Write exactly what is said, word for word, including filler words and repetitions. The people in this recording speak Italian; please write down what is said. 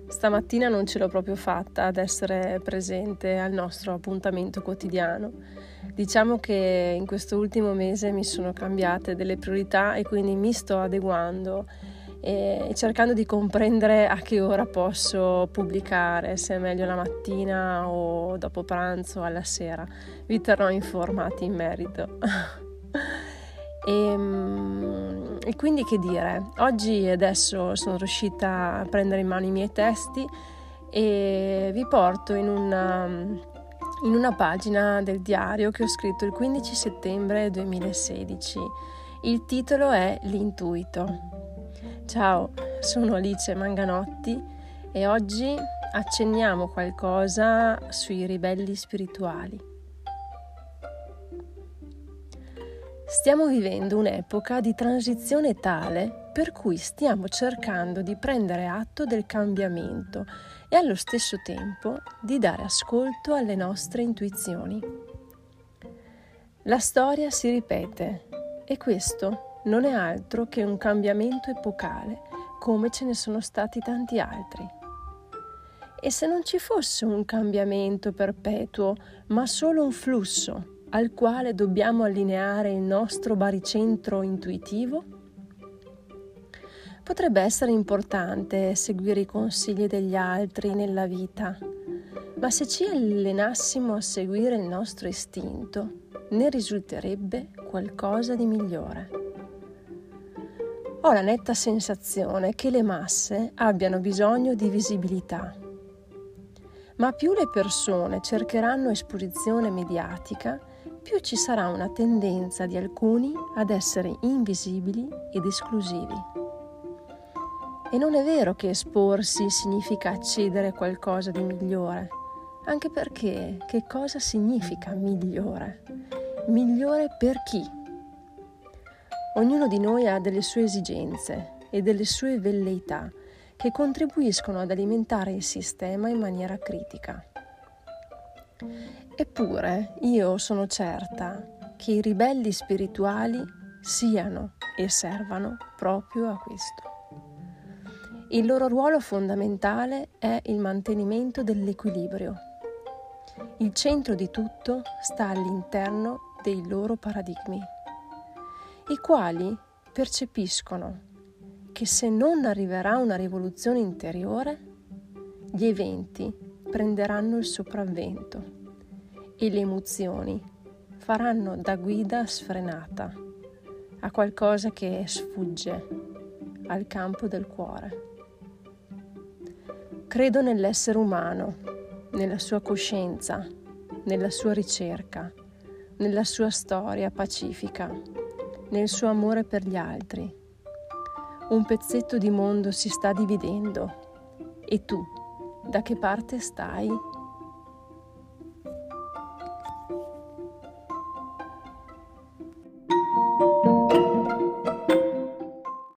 Stamattina non ce l'ho proprio fatta ad essere presente al nostro appuntamento quotidiano. Diciamo che in questo ultimo mese mi sono cambiate delle priorità e quindi mi sto adeguando e cercando di comprendere a che ora posso pubblicare, se è meglio la mattina o dopo pranzo o alla sera. Vi terrò informati in merito. E, e quindi che dire, oggi adesso sono riuscita a prendere in mano i miei testi e vi porto in una, in una pagina del diario che ho scritto il quindici settembre duemilasedici. Il titolo è L'intuito. Ciao, sono Alice Manganotti e oggi accenniamo qualcosa sui ribelli spirituali. Stiamo vivendo un'epoca di transizione tale per cui stiamo cercando di prendere atto del cambiamento e allo stesso tempo di dare ascolto alle nostre intuizioni. La storia si ripete e questo non è altro che un cambiamento epocale, come ce ne sono stati tanti altri. E se non ci fosse un cambiamento perpetuo, ma solo un flusso al quale dobbiamo allineare il nostro baricentro intuitivo? Potrebbe essere importante seguire i consigli degli altri nella vita, ma se ci allenassimo a seguire il nostro istinto, ne risulterebbe qualcosa di migliore. Ho la netta sensazione che le masse abbiano bisogno di visibilità, ma più le persone cercheranno esposizione mediatica, più ci sarà una tendenza di alcuni ad essere invisibili ed esclusivi. E non è vero che esporsi significa accedere a qualcosa di migliore, anche perché che cosa significa migliore? Migliore per chi? Ognuno di noi ha delle sue esigenze e delle sue velleità che contribuiscono ad alimentare il sistema in maniera critica. Eppure io sono certa che i ribelli spirituali siano e servano proprio a questo. Il loro ruolo fondamentale è il mantenimento dell'equilibrio. Il centro di tutto sta all'interno dei loro paradigmi, i quali percepiscono che se non arriverà una rivoluzione interiore, gli eventi prenderanno il sopravvento e le emozioni faranno da guida sfrenata a qualcosa che sfugge al campo del cuore. Credo nell'essere umano, nella sua coscienza, nella sua ricerca, nella sua storia pacifica, nel suo amore per gli altri. Un pezzetto di mondo si sta dividendo e tu, da che parte stai?